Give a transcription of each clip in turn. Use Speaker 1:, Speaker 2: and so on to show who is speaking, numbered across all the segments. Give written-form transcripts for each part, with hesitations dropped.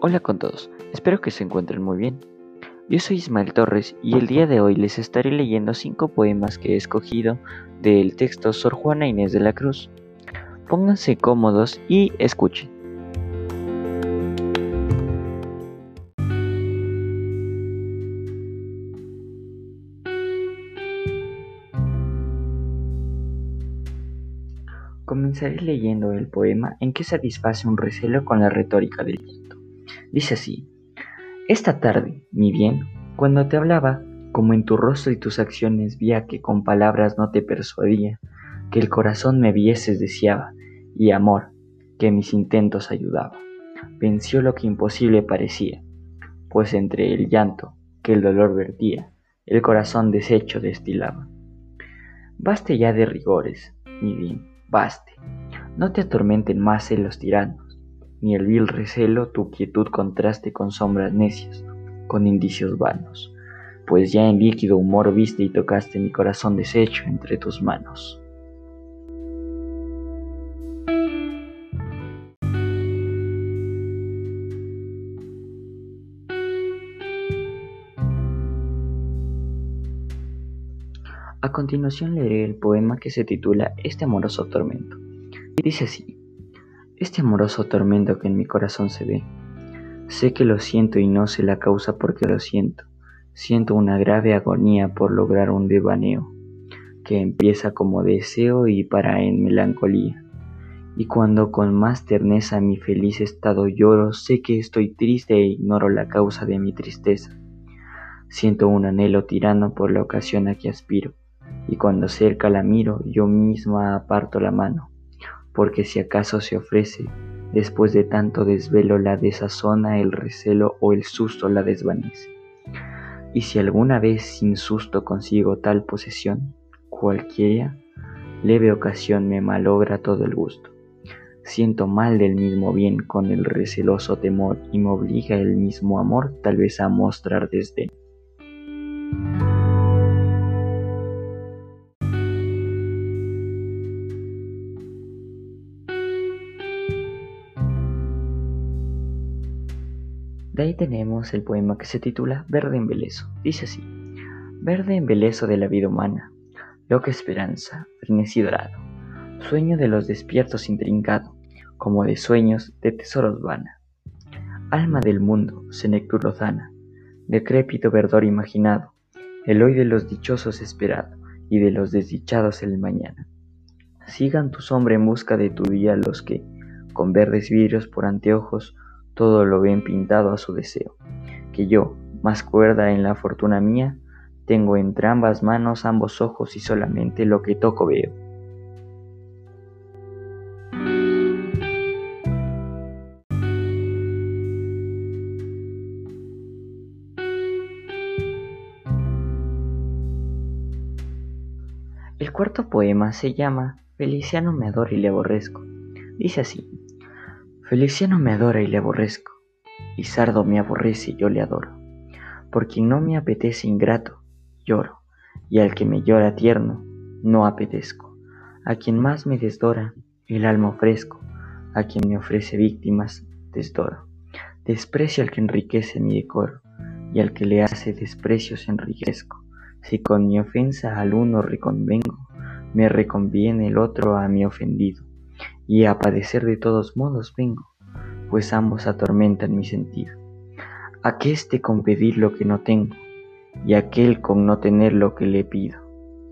Speaker 1: Hola con todos, espero que se encuentren muy bien. Yo soy Ismael Torres y el día de hoy les estaré leyendo 5 poemas que he escogido del texto Sor Juana Inés de la Cruz. Pónganse cómodos y escuchen. Comenzaré leyendo el poema en que satisface un recelo con la retórica del llanto. Dice así: Esta tarde, mi bien, cuando te hablaba, como en tu rostro y tus acciones vía que con palabras no te persuadía, que el corazón me vieses deseaba, y amor, que mis intentos ayudaba, venció lo que imposible parecía, pues entre el llanto que el dolor vertía, el corazón deshecho destilaba. Baste ya de rigores, mi bien, baste, no te atormenten más los tiranos, ni el vil recelo tu quietud contraste con sombras necias, con indicios vanos, pues ya en líquido humor viste y tocaste mi corazón deshecho entre tus manos. A continuación leeré el poema que se titula Este amoroso tormento. Y dice así: Este amoroso tormento que en mi corazón se ve, sé que lo siento y no sé la causa por qué lo siento. Siento una grave agonía por lograr un devaneo que empieza como deseo y para en melancolía. Y cuando con más terneza mi feliz estado lloro, sé que estoy triste e ignoro la causa de mi tristeza. Siento un anhelo tirano por la ocasión a que aspiro, y cuando cerca la miro, yo misma aparto la mano, porque si acaso se ofrece, después de tanto desvelo la desazona el recelo o el susto la desvanece. Y si alguna vez sin susto consigo tal posesión, cualquiera leve ocasión me malogra todo el gusto. Siento mal del mismo bien con el receloso temor y me obliga el mismo amor tal vez a mostrar desdén. De ahí tenemos el poema que se titula Verde embeleso. Dice así: Verde embeleso de la vida humana, loca esperanza, frenesí dorado, sueño de los despiertos intrincado, como de sueños de tesoros vana, alma del mundo, senectud lozana, decrépito verdor imaginado, el hoy de los dichosos esperado, y de los desdichados el mañana. Sigan tu sombra en busca de tu día los que, con verdes vidrios por anteojos, todo lo ven pintado a su deseo, que yo, más cuerda en la fortuna mía, tengo entre ambas manos ambos ojos y solamente lo que toco veo. El cuarto poema se llama Feliciano me adora y le aborrezco. Dice así: Feliciano me adora y le aborrezco, y Sardo me aborrece y yo le adoro. Por quien no me apetece ingrato, lloro, y al que me llora tierno, no apetezco. A quien más me desdora, el alma ofrezco, a quien me ofrece víctimas, desdoro. Desprecio al que enriquece mi decoro, y al que le hace desprecios enriquezco. Si con mi ofensa al uno reconvengo, me reconviene el otro a mi ofendido, y a padecer de todos modos vengo, pues ambos atormentan mi sentido. Aqueste con pedir lo que no tengo, y aquel con no tener lo que le pido.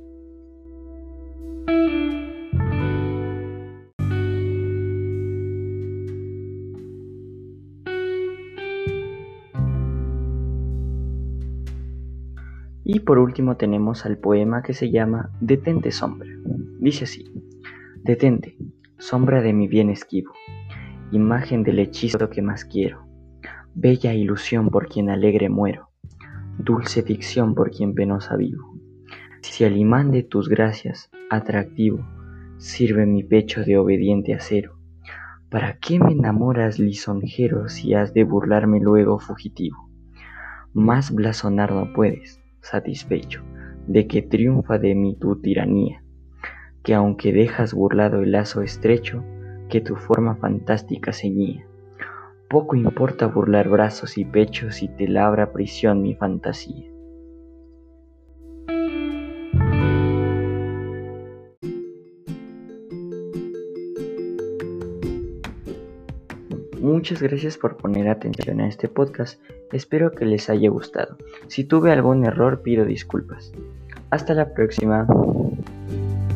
Speaker 1: Y por último tenemos al poema que se llama Detente sombra. Dice así: Detente, sombra de mi bien esquivo, imagen del hechizo que más quiero, bella ilusión por quien alegre muero, dulce ficción por quien penosa vivo. Si al imán de tus gracias, atractivo, sirve mi pecho de obediente acero, ¿para qué me enamoras lisonjero si has de burlarme luego fugitivo? Más blasonar no puedes, satisfecho, de que triunfa de mí tu tiranía, que aunque dejas burlado el lazo estrecho, que tu forma fantástica ceñía. Poco importa burlar brazos y pechos si te labra prisión mi fantasía. Muchas gracias por poner atención a este podcast, espero que les haya gustado. Si tuve algún error pido disculpas. Hasta la próxima.